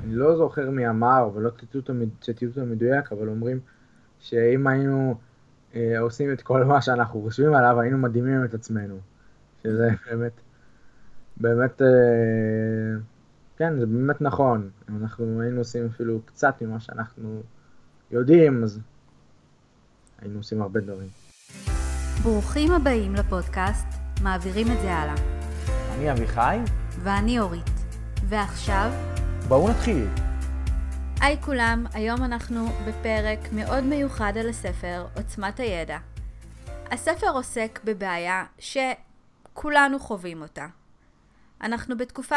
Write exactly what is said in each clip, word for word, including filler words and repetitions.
אני לא זוכר מי אמר ולא ציטוט המד- ציטוט המדויק, אבל אומרים שאם היינו אה, עושים את כל מה שאנחנו חושבים עליו, היינו מדהימים את עצמנו. שזה באמת, באמת, אה, כן, זה באמת נכון. אם אנחנו היינו עושים אפילו קצת ממה שאנחנו יודעים, אז היינו עושים הרבה דברים. ברוכים הבאים לפודקאסט, מעבירים את זה הלאה. אני אביחי, ואני אורית. ועכשיו, בואו נתחיל. היי כולם, היום אנחנו בפרק מאוד מיוחד על הספר עוצמת הידע. הספר עוסק בבעיה שכולנו חווים אותה. אנחנו בתקופה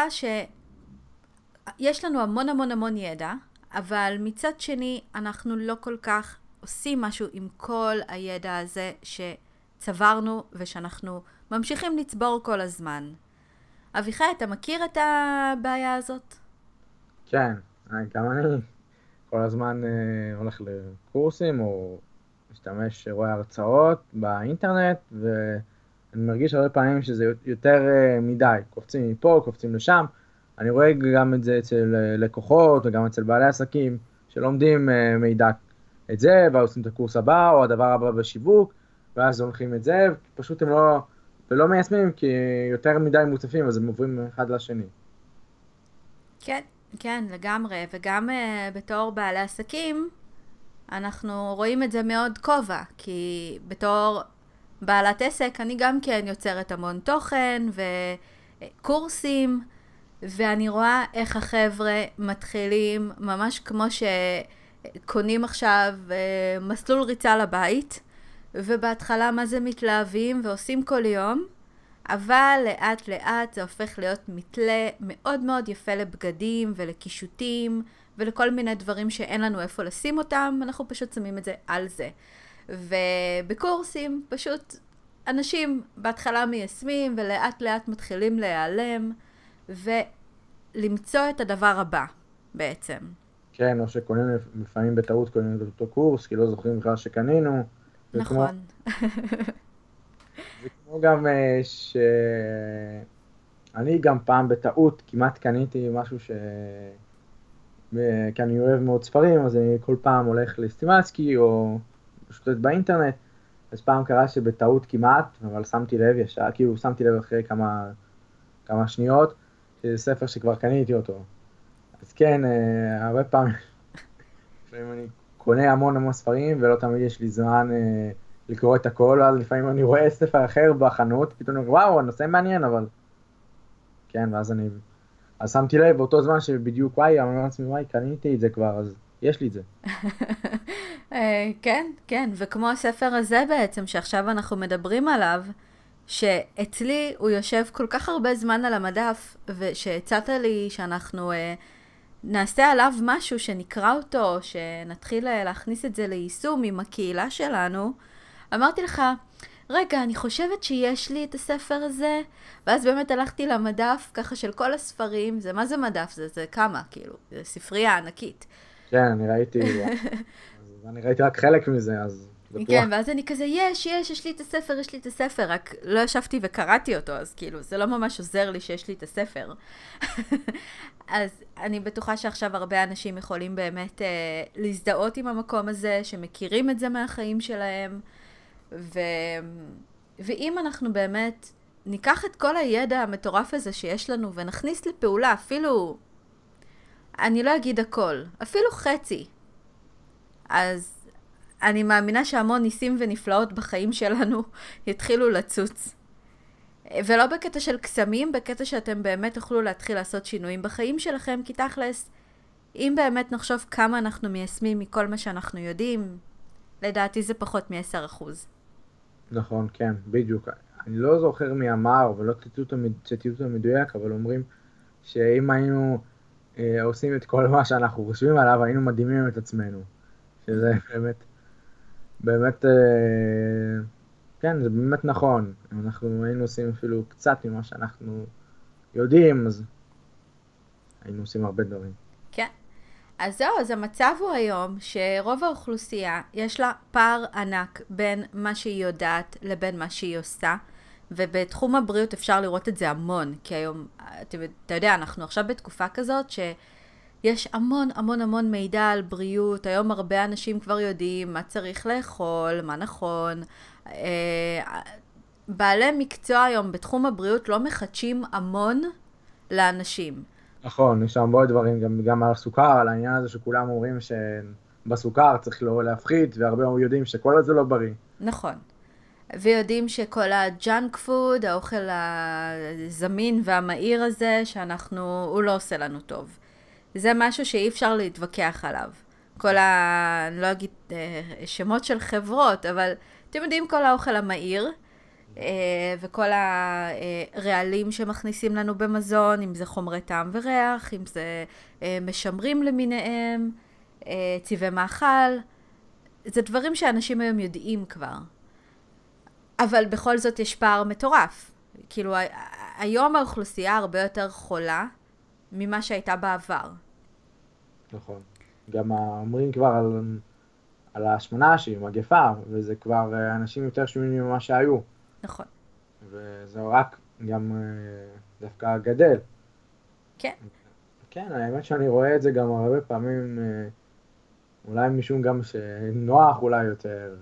שיש לנו המון המון המון ידע, אבל מצד שני אנחנו לא כל כך עושים משהו עם כל הידע הזה שצברנו ושאנחנו ממשיכים לצבור כל הזמן. אביחי, אתה מכיר את הבעיה הזאת? כן, גם אני כל הזמן אה, הולך לקורסים או משתמש, רואה הרצאות באינטרנט, ואני מרגיש הרבה פעמים שזה יותר אה, מדי. קופצים מפה, קופצים לשם. אני רואה גם את זה אצל אה, לקוחות וגם אצל בעלי עסקים שלומדים אה, מידע את זה, ועושים את הקורס הבא או הדבר הבא בשיווק, ואז הולכים את זה, פשוט הם לא, ולא מיישמים כי יותר מדי מוצפים, אז הם עוברים אחד לשני. כן, כן, לגמרי. וגם uh, בתור בעלי עסקים, אנחנו רואים את זה מאוד כובע, כי בתור בעלת עסק אני גם כן יוצרת המון תוכן וקורסים, ואני רואה איך החבר'ה מתחילים ממש כמו שקונים עכשיו uh, מסלול ריצה לבית, ובהתחלה מה זה מתלהבים ועושים כל יום, אבל לאט לאט זה הופך להיות מתלה מאוד מאוד יפה לבגדים ולקישוטים ולכל מיני דברים שאין לנו איפה לשים אותם, אנחנו פשוט שמים את זה על זה. ובקורסים פשוט אנשים בהתחלה מיישמים ולאט לאט מתחילים להיעלם ולמצוא את הדבר הבא בעצם. כן, או שקונים לפעמים בטעות קונים את אותו קורס, כי לא זוכרים בכלל שקנינו. וכמו- נכון. זה כמו גם אה, שאני גם פעם בטעות כמעט קניתי משהו ש... אה, כי אני אוהב מאוד ספרים, אז אני כל פעם הולך לסטימצקי או פשוט באינטרנט, אז פעם קרה שבטעות כמעט, אבל שמתי לב ישר, כאילו שמתי לב אחרי כמה, כמה שניות, שזה ספר שכבר קניתי אותו. אז כן, אה, הרבה פעמים, לפעמים אני קונה המון המון ספרים, ולא תמיד יש לי זמן אה, לקרוא את הכל, אז לפעמים אני רואה ספר אחר בחנות, פתאום אני אומר, וואו, הנושא מעניין, אבל... כן, ואז אני... אז שמתי לב באותו זמן שבדיוק, וואי, אני אומר לעצמי, וואי, קניתי את זה כבר, אז יש לי את זה. אה, כן, כן, וכמו הספר הזה בעצם שעכשיו אנחנו מדברים עליו, שאצלי הוא יושב כל כך הרבה זמן על המדף, ושהצעת לי שאנחנו אה, נעשה עליו משהו, שנקרא אותו, שנתחיל אה, להכניס את זה ליישום עם הקהילה שלנו, אמרתי לך, רגע, אני חושבת שיש לי את הספר הזה, ואז באמת הלכתי למדף ככה של כל הספרים, זה מה זה מדף? זה, זה כמה, כאילו, זה ספרייה ענקית. כן, אני ראיתי, אז אני ראיתי רק חלק מזה, אז בטוח. כן, ואז אני כזה, יש, יש, יש לי את הספר, יש לי את הספר, רק לא ישבתי וקראתי אותו, אז כאילו, זה לא ממש עוזר לי שיש לי את הספר. אז אני בטוחה שעכשיו הרבה אנשים יכולים באמת אה, להזדהות עם המקום הזה, שמכירים את זה מהחיים שלהם, ו... ואם אנחנו באמת ניקח את כל הידע המטורף הזה שיש לנו, ונכניס לפעולה אפילו, אני לא אגיד הכל, אפילו חצי, אז אני מאמינה שהמון ניסים ונפלאות בחיים שלנו יתחילו לצוץ. ולא בקטע של קסמים, בקטע שאתם באמת תוכלו להתחיל לעשות שינויים בחיים שלכם, כי תכלס, אם באמת נחשוב כמה אנחנו מיישמים מכל מה שאנחנו יודעים, לדעתי זה פחות מ-עשרה אחוז. נכון, כן, בדיוק. אני לא זוכר מי אמר ולא ציטוט המד- ציטוט המדויק, אבל אומרים שאם היינו אה, עושים את כל מה שאנחנו חושבים עליו, היינו מדהימים את עצמנו. שזה באמת, באמת, אה, כן, זה באמת נכון. אם אנחנו היינו עושים אפילו קצת ממה שאנחנו יודעים, אז היינו עושים הרבה דברים. כן. אז זהו, אז המצב הוא היום שרוב האוכלוסייה יש לה פער ענק בין מה שהיא יודעת לבין מה שהיא עושה, ובתחום הבריאות אפשר לראות את זה המון, כי היום, אתה, אתה יודע, אנחנו עכשיו בתקופה כזאת ש... יש המון המון המון מידע על בריאות, היום הרבה אנשים כבר יודעים מה צריך לאכול, מה נכון. אה, בעלי מקצוע היום בתחום הבריאות לא מחדשים המון לאנשים. נכון, יש שם הרבה דברים, גם, גם על הסוכר, על העניין הזה שכולם אומרים שבסוכר צריך לא להפחית, והרבה יודעים שכל זה לא בריא. נכון. ויודעים שכל הג'אנק פוד, האוכל הזמין והמהיר הזה, שאנחנו, הוא לא עושה לנו טוב. זה משהו שאי אפשר להתווכח עליו. כל ה... אני לא אגיד אה, שמות של חברות, אבל אתם יודעים כל האוכל המהיר, אה, וכל הרעלים שמכניסים לנו במזון, אם זה חומרי טעם וריח, אם זה אה, משמרים למיניהם, אה, צבעי מאכל, זה דברים שאנשים היום יודעים כבר. אבל בכל זאת יש פער מטורף. כאילו, היום האוכלוסייה הרבה יותר חולה ממה שהייתה בעבר. נכון. גם אומרים כבר על, על ההשמנה שהיא מגפה, וזה כבר אנשים יותר שומעים ממה שהיו. נכון. וזה רק גם דווקא גדל. כן. כן, האמת שאני רואה את זה גם הרבה פעמים, אולי משום גם שנוח אולי יותר,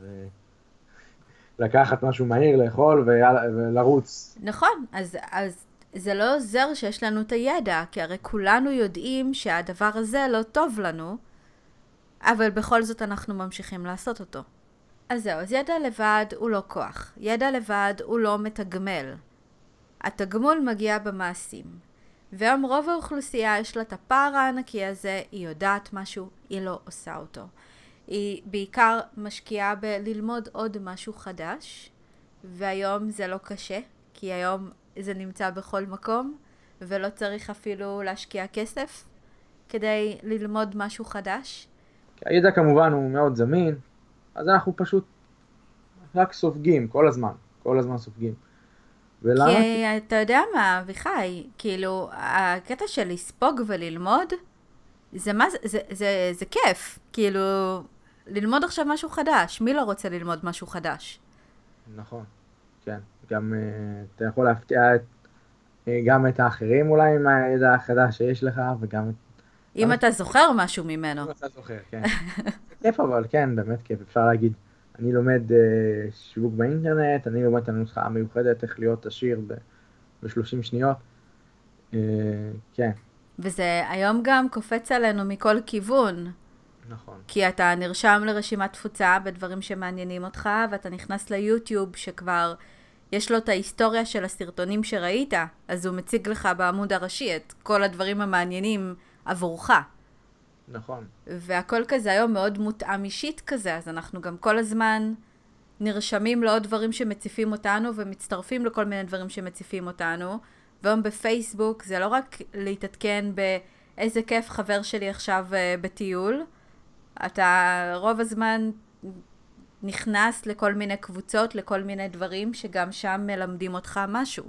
לקחת משהו מהיר, לאכול ולרוץ. נכון, אז, אז זה לא עוזר שיש לנו את הידע, כי הרי כולנו יודעים שהדבר הזה לא טוב לנו, אבל בכל זאת אנחנו ממשיכים לעשות אותו. אז זהו, אז ידע לבד הוא לא כוח. ידע לבד הוא לא מתגמל. התגמול מגיע במעשים. והיום רוב האוכלוסייה יש לה את הפער הענקי הזה, היא יודעת משהו, היא לא עושה אותו. היא בעיקר משקיעה בללמוד עוד משהו חדש, והיום זה לא קשה, כי היום זה נמצא בכל מקום, ולא צריך אפילו להשקיע כסף כדי ללמוד משהו חדש. הידע כמובן הוא מאוד זמין, אז אנחנו פשוט רק סופגים כל הזמן, כל הזמן סופגים. ולמה? כי אתה יודע מה, אביחי, כאילו, הקטע של לספוג וללמוד, זה, מה, זה, זה, זה, זה כיף, כאילו, ללמוד עכשיו משהו חדש. מי לא רוצה ללמוד משהו חדש? נכון, כן. גם uh, אתה יכול להפתיע את, uh, גם את האחרים אולי עם הידע החדש שיש לך, וגם... אם גם... אתה זוכר משהו ממנו. אם אתה זוכר, כן. כיף אבל, כן, באמת כיף, אפשר להגיד. אני לומד uh, שיווק באינטרנט, אני לומד את הנוסחה המיוחדת, איך להיות עשיר ב-שלושים שניות. Uh, כן. וזה היום גם קופץ עלינו מכל כיוון. נכון. כי אתה נרשם לרשימת תפוצה בדברים שמעניינים אותך, ואתה נכנס ליוטיוב שכבר יש לו את ההיסטוריה של הסרטונים שראית, אז הוא מציג לך בעמוד הראשי את כל הדברים המעניינים עבורך. נכון. והכל כזה היום מאוד מותאם אישית כזה, אז אנחנו גם כל הזמן נרשמים לעוד דברים שמציפים אותנו, ומצטרפים לכל מיני דברים שמציפים אותנו. והיום בפייסבוק זה לא רק להתעדכן באיזה כיף חבר שלי עכשיו בטיול, אתה רוב הזמן נכנס לכל מיני קבוצות, לכל מיני דברים שגם שם מלמדים אותך משהו.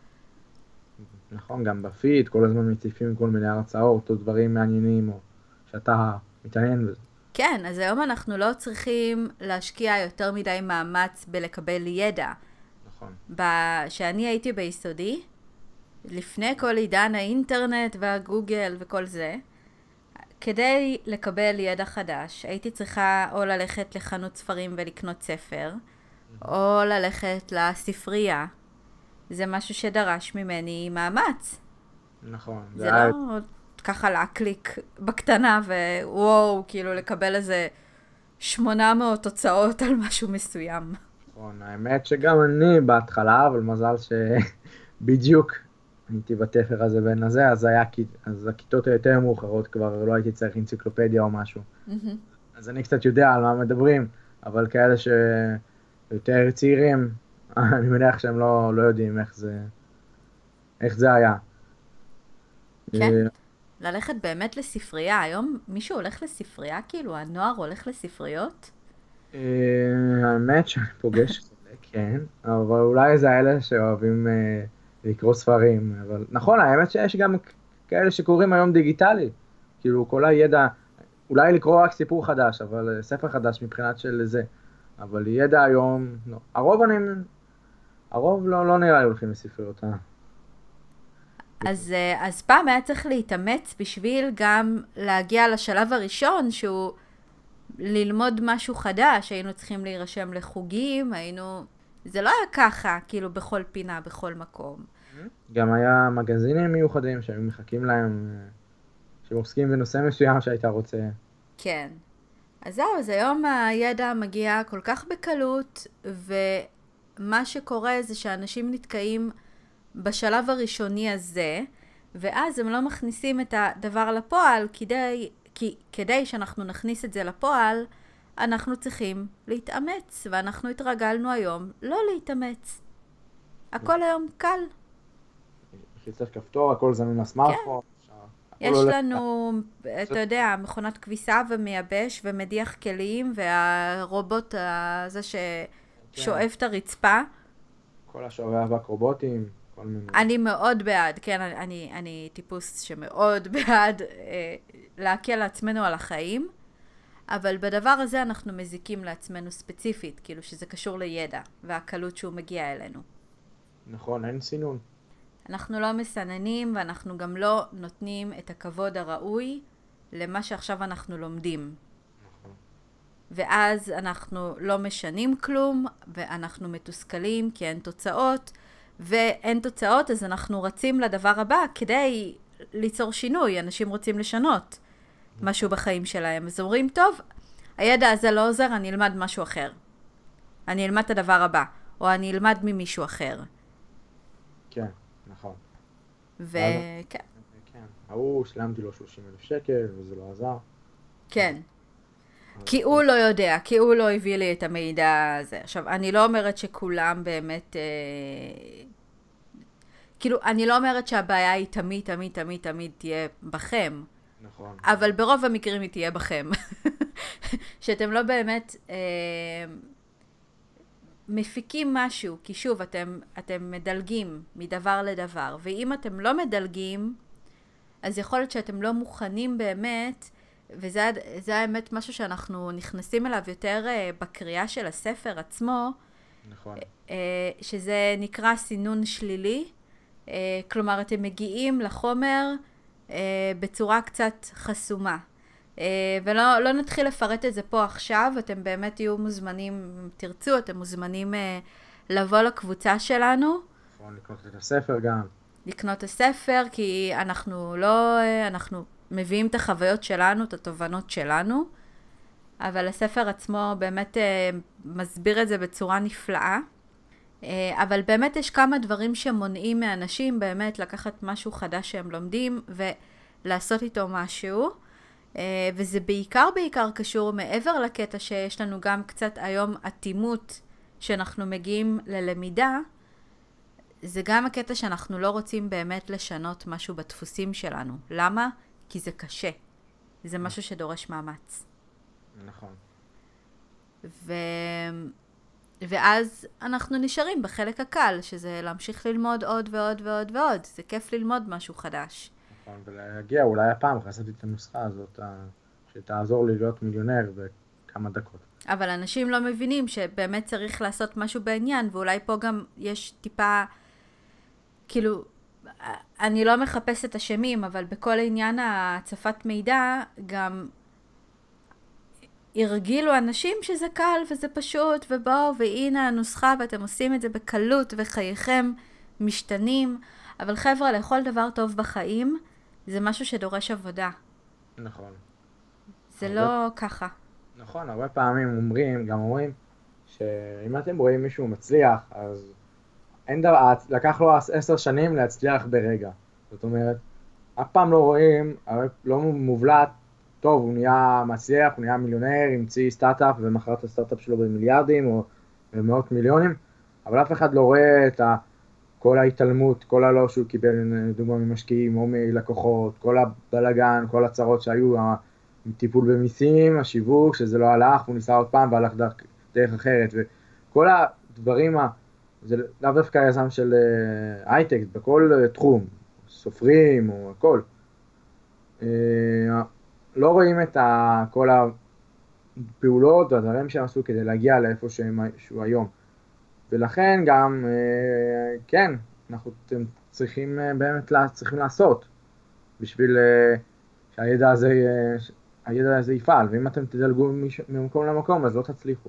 נכון, גם בפיד, כל הזמן מציפים כל מיני הרצאות או דברים מעניינים, או שאתה מתעניין בזה. כן, אז היום אנחנו לא צריכים להשקיע יותר מדי מאמץ בלקבל ידע. נכון. כשאני הייתי ביסודי, לפני כל עידן האינטרנט והגוגל וכל זה, כדי לקבל ידע חדש, הייתי צריכה או ללכת לחנות ספרים ולקנות ספר, או ללכת לספרייה. זה משהו שדרש ממני מאמץ. נכון. זה לא ככה להקליק בקטנה ווואו, כאילו לקבל איזה שמונה מאות תוצאות על משהו מסוים. נכון, האמת שגם אני בהתחלה, אבל מזל שבדיוק הייתי בתפר הזה בין הזה, אז, היה, אז הכיתות היותר מאוחרות כבר לא הייתי צריך אנציקלופדיה או משהו. Mm-hmm. אז אני קצת יודע על מה מדברים, אבל כאלה שיותר צעירים, אני מניח שהם לא, לא יודעים איך זה, איך זה היה. כן, ללכת באמת לספרייה. היום מישהו הולך לספרייה? כאילו, הנוער הולך לספריות? האמת שאני פוגש את זה, כן, אבל אולי זה האלה שאוהבים לקרוא ספרים, אבל נכון, האמת שיש גם כאלה שקוראים היום דיגיטלי, כאילו כל הידע, אולי לקרוא רק סיפור חדש, אבל ספר חדש מבחינת של זה, אבל ידע היום, לא. הרוב אני, הרוב לא, לא נראה לי הולכים לספריות, אה? אז, אה, אז פעם היה צריך להתאמץ בשביל גם להגיע לשלב הראשון, שהוא ללמוד משהו חדש, היינו צריכים להירשם לחוגים, היינו... זה לא היה ככה, כאילו בכל פינה, בכל מקום. גם היה מגזינים מיוחדים שהיו מחכים להם, אה, שעוסקים בנושא מסוים שהיית רוצה. כן. אז זהו, אז היום הידע מגיע כל כך בקלות, ומה שקורה זה שאנשים נתקעים בשלב הראשוני הזה, ואז הם לא מכניסים את הדבר לפועל, כדי, כי, כדי שאנחנו נכניס את זה לפועל, אנחנו צריכים להתאמץ, ואנחנו התרגלנו היום לא להתאמץ. הכל היום קל. לחיצת כפתור, הכל זמין לסמארטפון. יש לנו, אתה יודע, מכונת כביסה ומייבש ומדיח כלים, והרובוט הזה ששואף את הרצפה. כל השואבי אבק רובוטים, כל מיני. אני מאוד בעד, כן, אני, אני טיפוס שמאוד בעד אה, להקל לעצמנו על החיים, אבל בדבר הזה אנחנו מזיקים לעצמנו ספציפית, כאילו שזה קשור לידע והקלות שהוא מגיע אלינו. נכון, אין סינון. אנחנו לא מסננים ואנחנו גם לא נותנים את הכבוד הראוי למה שעכשיו אנחנו לומדים. נכון. ואז אנחנו לא משנים כלום ואנחנו מתוסכלים כי אין תוצאות, ואין תוצאות אז אנחנו רצים לדבר הבא כדי ליצור שינוי. אנשים רוצים לשנות משהו בחיים שלהם. אז אומרים, טוב, הידע הזה לא עוזר, אני אלמד משהו אחר. אני אלמד את הדבר הבא, או אני אלמד ממישהו אחר. כן. נכון. וכן. כן. ההוא, שלמתי לו שלושים אלף שקל, וזה לא עזר. כן. כי הוא לא יודע, כי הוא לא הביא לי את המידע הזה. עכשיו, אני לא אומרת שכולם באמת... אה, כאילו, אני לא אומרת שהבעיה היא תמיד, תמיד, תמיד, תמיד תהיה בכם. נכון. אבל ברוב המקרים היא תהיה בכם. שאתם לא באמת... אה, מפיקים משהו, כי שוב, אתם, אתם מדלגים מדבר לדבר, ואם אתם לא מדלגים, אז יכול להיות שאתם לא מוכנים באמת, וזה זה האמת משהו שאנחנו נכנסים אליו יותר uh, בקריאה של הספר עצמו, נכון. uh, שזה נקרא סינון שלילי, uh, כלומר, אתם מגיעים לחומר uh, בצורה קצת חסומה. ולא לא נתחיל לפרט את זה פה עכשיו, אתם באמת תהיו מוזמנים, אם תרצו, אתם מוזמנים לבוא לקבוצה שלנו. נכון, לקנות את הספר גם. לקנות את הספר, כי אנחנו לא, אנחנו מביאים את החוויות שלנו, את התובנות שלנו, אבל הספר עצמו באמת מסביר את זה בצורה נפלאה. אבל באמת יש כמה דברים שמונעים מאנשים באמת לקחת משהו חדש שהם לומדים ולעשות איתו משהו. Uh, וזה בעיקר בעיקר קשור מעבר לקטע שיש לנו גם קצת היום אטימות שאנחנו מגיעים ללמידה, זה גם הקטע שאנחנו לא רוצים באמת לשנות משהו בדפוסים שלנו. למה? כי זה קשה. זה משהו שדורש מאמץ. נכון. ו... ואז אנחנו נשארים בחלק הקל, שזה להמשיך ללמוד עוד ועוד ועוד ועוד. זה כיף ללמוד משהו חדש. ולהגיע אולי הפעם, חסרתי את הנוסחה הזאת, שתעזור לי להיות מיליונר בכמה דקות. אבל אנשים לא מבינים שבאמת צריך לעשות משהו בעניין, ואולי פה גם יש טיפה, כאילו, אני לא מחפשת אשמים, אבל בכל עניין הצפת מידע, גם הרגילו אנשים שזה קל וזה פשוט, ובואו, והנה הנוסחה, ואתם עושים את זה בקלות, וחייכם משתנים. אבל חבר'ה, לכל דבר טוב בחיים, זה משהו שדורש עבודה. נכון. זה הרבה... לא ככה. נכון, הרבה פעמים אומרים, גם אומרים, שאם אתם רואים מישהו מצליח, אז אין דבר, לקח לו עשר שנים להצליח ברגע. זאת אומרת, אף פעם לא רואים, לא מובלט, טוב, הוא נהיה מצליח, הוא נהיה מיליונר, המציא סטארט-אפ ומכר את הסטארט-אפ שלו במיליארדים או במאות מיליונים, אבל אף אחד לא רואה את ה... כל ההתעלמות, כל הלא שהוא קיבל דוגמה ממשקיעים או מלקוחות, כל הבלגן, כל הצרות שהיו, הטיפול במיסים, השיווק, שזה לא הלך, הוא ניסה עוד פעם והלך דרך, דרך אחרת, וכל הדברים, זה לאו דווקא יזם של הייטק, בכל תחום, סופרים או הכל. לא רואים את כל הפעולות והדברים שהם עשו כדי להגיע לאיפה שהוא היום. ולכן גם, כן, אנחנו אתם צריכים אה, באמת לה- צריכים לעשות בשביל אה, שהידע הזה, אה, ש- הידע הזה יפעל, ואם אתם תדלגו מש- ממקום למקום אז לא תצליחו.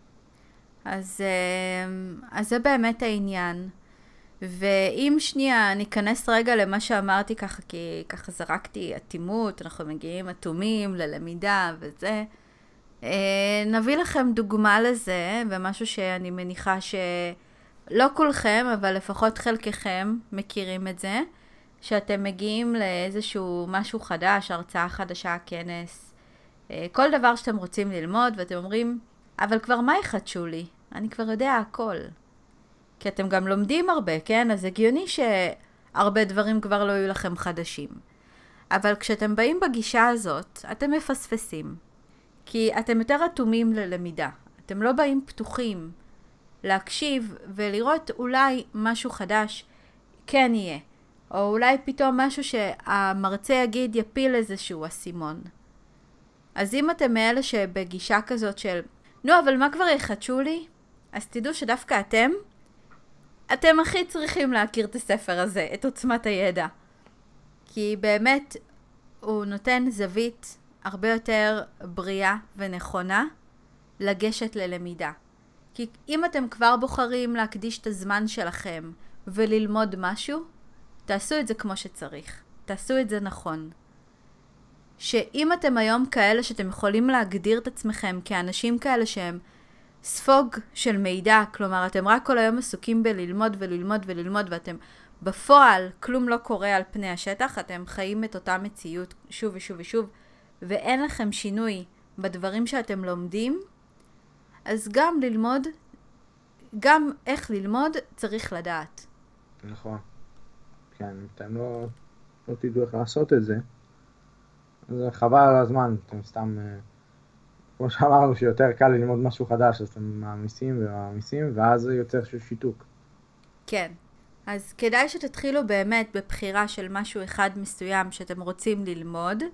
אז, אה, אז זה באמת העניין. ואם שנייה ניכנס רגע למה שאמרתי ככה, כי ככה זרקתי אטימות, אנחנו מגיעים אטומים ללמידה וזה. אה, נביא לכם דוגמה לזה, ומשהו שאני מניחה שלא כולכם, אבל לפחות חלקכם מכירים את זה, שאתם מגיעים לאיזשהו משהו חדש, הרצאה חדשה, כנס, אה, כל דבר שאתם רוצים ללמוד, ואתם אומרים, אבל כבר מה יחדשו לי? אני כבר יודע הכל. כי אתם גם לומדים הרבה, כן? אז הגיוני שהרבה דברים כבר לא יהיו לכם חדשים. אבל כשאתם באים בגישה הזאת, אתם מפספסים. כי אתם יותר אטומים ללמידה. אתם לא באים פתוחים להקשיב ולראות אולי משהו חדש כן יהיה. או אולי פתאום משהו שהמרצה יגיד יפיל איזשהו אסימון. אז אם אתם מאלה שבגישה כזאת של, נו אבל מה כבר יחדשו לי? אז תדעו שדווקא אתם, אתם הכי צריכים להכיר את הספר הזה, את עוצמת הידע. כי באמת הוא נותן זווית הרבה יותר בריאה ונכונה לגשת ללמידה. כי אם אתם כבר בוחרים להקדיש את הזמן שלכם וללמוד משהו, תעשו את זה כמו שצריך. תעשו את זה נכון. שאם אתם היום כאלה שאתם יכולים להגדיר את עצמכם כאנשים כאלה שהם ספוג של מידע, כלומר אתם רק כל היום עסוקים בללמוד וללמוד וללמוד ואתם בפועל כלום לא קורה על פני השטח, אתם חיים את אותה מציאות שוב ושוב ושוב ואין לכם שינוי בדברים שאתם לומדים, אז גם ללמוד, גם איך ללמוד צריך לדעת. נכון. כן, אתם לא, לא תדעו איך לעשות את זה, אז חבל על הזמן, אתם סתם, אה, כמו שאמרנו שיותר קל ללמוד משהו חדש, אז אתם מעמיסים ומעמיסים, ואז זה יוצר של שיתוק. כן. אז כדאי שתתחילו באמת בבחירה של משהו אחד מסוים שאתם רוצים ללמוד,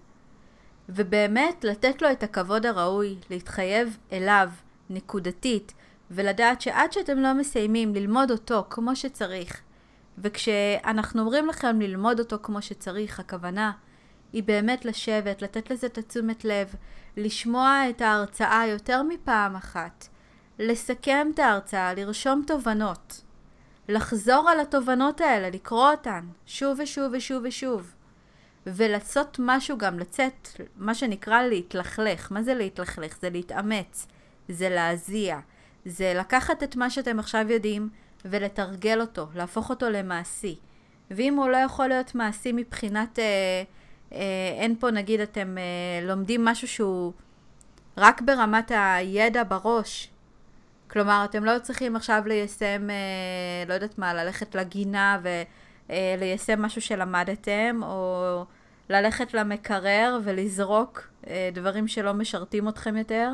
ובאמת לתת לו את הכבוד הראוי, להתחייב אליו נקודתית, ולדעת שעד שאתם לא מסיימים ללמוד אותו כמו שצריך, וכשאנחנו אומרים לכם ללמוד אותו כמו שצריך, הכוונה היא באמת לשבת, לתת לזה את תשומת לב, לשמוע את ההרצאה יותר מפעם אחת, לסכם את ההרצאה, לרשום תובנות, לחזור על התובנות האלה, לקרוא אותן שוב ושוב ושוב ושוב, ולעשות משהו גם, לצאת, מה שנקרא להתלכלך. מה זה להתלכלך? זה להתאמץ, זה להזיע, זה לקחת את מה שאתם עכשיו יודעים ולתרגל אותו, להפוך אותו למעשי. ואם הוא לא יכול להיות מעשי מבחינת, אה, אה, אין פה נגיד אתם אה, לומדים משהו שהוא רק ברמת הידע בראש, כלומר אתם לא צריכים עכשיו ליישם, אה, לא יודעת מה, ללכת לגינה וליישם משהו שלמדתם, או ללכת למקרר ולזרוק אה, דברים שלא משרתים אתכם יותר.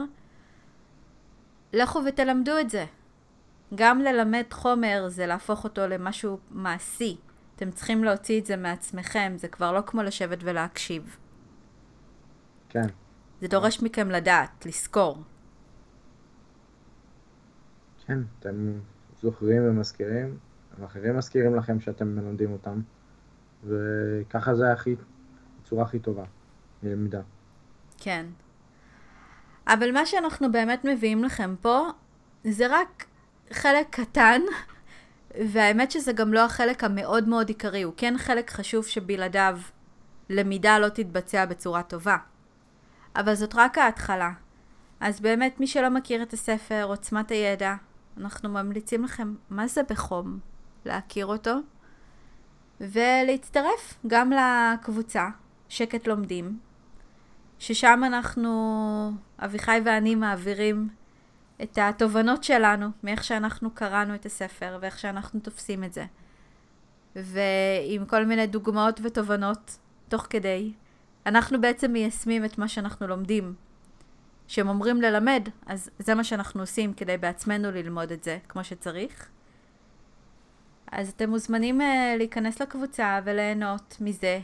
לכו ותלמדו את זה. גם ללמד חומר זה להפוך אותו למשהו מעשי. אתם צריכים להוציא את זה מעצמכם, זה כבר לא כמו לשבת ולהקשיב. כן. זה דורש מכם לדעת, לזכור. כן, אתם זוכרים ומזכירים, ואחרים מזכירים לכם שאתם מלמדים אותם, וככה זה הכי, הצורה הכי טובה, ללמידה. כן. אבל מה שאנחנו באמת מביאים לכם פה, זה רק חלק קטן, והאמת שזה גם לא החלק המאוד מאוד עיקרי, הוא כן חלק חשוב שבלעדיו למידה לא תתבצע בצורה טובה. אבל זאת רק ההתחלה. אז באמת מי שלא מכיר את הספר, עוצמת הידע, אנחנו ממליצים לכם מה זה בחום, להכיר אותו, ולהצטרף גם לקבוצה, שקט לומדים, ששם אנחנו, אביחי ואני, מעבירים את התובנות שלנו, מאיך שאנחנו קראנו את הספר, ואיך שאנחנו תופסים את זה. ועם כל מיני דוגמאות ותובנות, תוך כדי, אנחנו בעצם מיישמים את מה שאנחנו לומדים. שהם אומרים ללמד, אז זה מה שאנחנו עושים כדי בעצמנו ללמוד את זה כמו שצריך. אז אתם מוזמנים uh, להיכנס לקבוצה וליהנות מזה.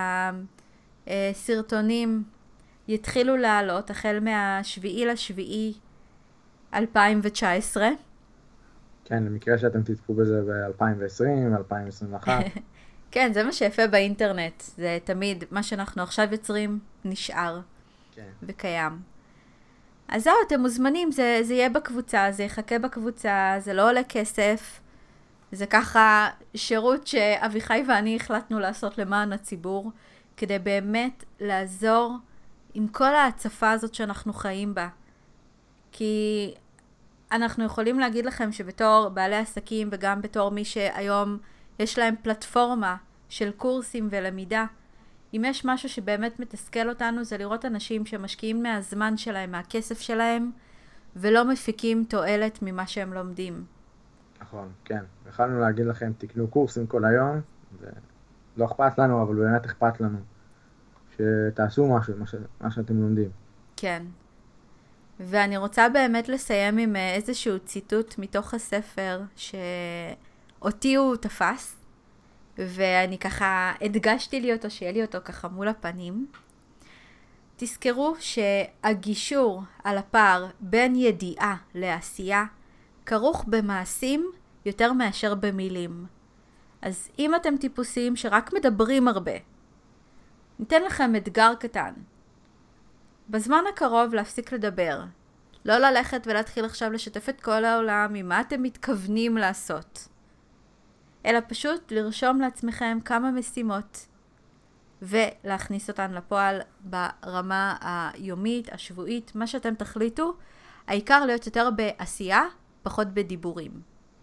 הסרטונים יתחילו לעלות החל מהשביעי לשביעי אלפיים תשע עשרה. כן, למקרה שאתם תצפו בזה ב-אלפיים ועשרים, אלפיים עשרים ואחת. כן, זה מה שיפה באינטרנט. זה תמיד, מה שאנחנו עכשיו יוצרים נשאר כן. וקיים. אז זהו, אתם מוזמנים, זה, זה יהיה בקבוצה, זה יחכה בקבוצה, זה לא עולה כסף. זה ככה שירות שאביחי ואני החלטנו לעשות למען הציבור, כדי באמת לעזור עם כל ההצפה הזאת שאנחנו חיים בה. כי אנחנו יכולים להגיד לכם שבתור בעלי עסקים וגם בתור מי שהיום יש להם פלטפורמה של קורסים ולמידה, אם יש משהו שבאמת מתסכל אותנו זה לראות אנשים שמשקיעים מהזמן שלהם, מהכסף שלהם, ולא מפיקים תועלת ממה שהם לומדים. נכון, כן. יכולנו להגיד לכם, תקנו קורסים כל היום, זה לא אכפת לנו, אבל באמת אכפת לנו. שתעשו משהו, מה, ש... מה שאתם לומדים. כן. ואני רוצה באמת לסיים עם איזשהו ציטוט מתוך הספר שאותי הוא תפס, ואני ככה הדגשתי לי אותו, שיהיה לי אותו ככה מול הפנים. תזכרו שהגישור על הפער בין ידיעה לעשייה כרוך במעשים יותר מאשר במילים. אז אם אתם טיפוסים שרק מדברים הרבה, ניתן לכם אתגר קטן. בזמן הקרוב להפסיק לדבר. לא ללכת ולהתחיל עכשיו לשתף את כל העולם עם מה אתם מתכוונים לעשות. אלא פשוט לרשום לעצמכם כמה משימות ולהכניס אותן לפועל ברמה היומית, השבועית, מה שאתם תחליטו. העיקר להיות יותר בעשייה, פחות בדיבורים.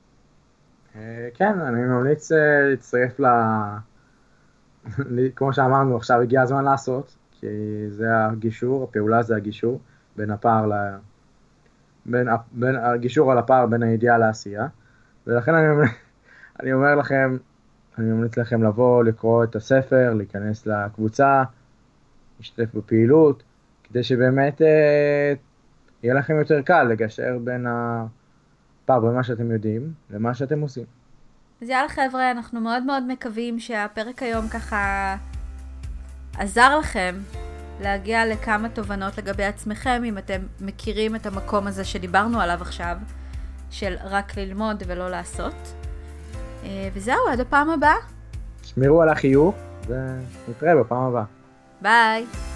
כן, אני ממליץ להצטרף ל... כמו שאמרנו, עכשיו הגיע הזמן לעשות, כי זה הגישור, הפעולה זה הגישור, בין הפער ל... בין, בין, הגישור על הפער בין הידיעה לעשייה, ולכן אני אומר, אני אומר לכם, אני ממליץ לכם לבוא, לקרוא את הספר, להיכנס לקבוצה, להשתתף בפעילות, כדי שבאמת אה, יהיה לכם יותר קל לגשר בין הפער בין מה שאתם יודעים למה שאתם עושים. אז יאללה חבר'ה, אנחנו מאוד מאוד מקווים שהפרק היום ככה עזר לכם להגיע לכמה תובנות לגבי עצמכם, אם אתם מכירים את המקום הזה שדיברנו עליו עכשיו, של רק ללמוד ולא לעשות. וזהו, עד הפעם הבאה. שמרו על החיוך ונתראה בפעם הבאה. ביי.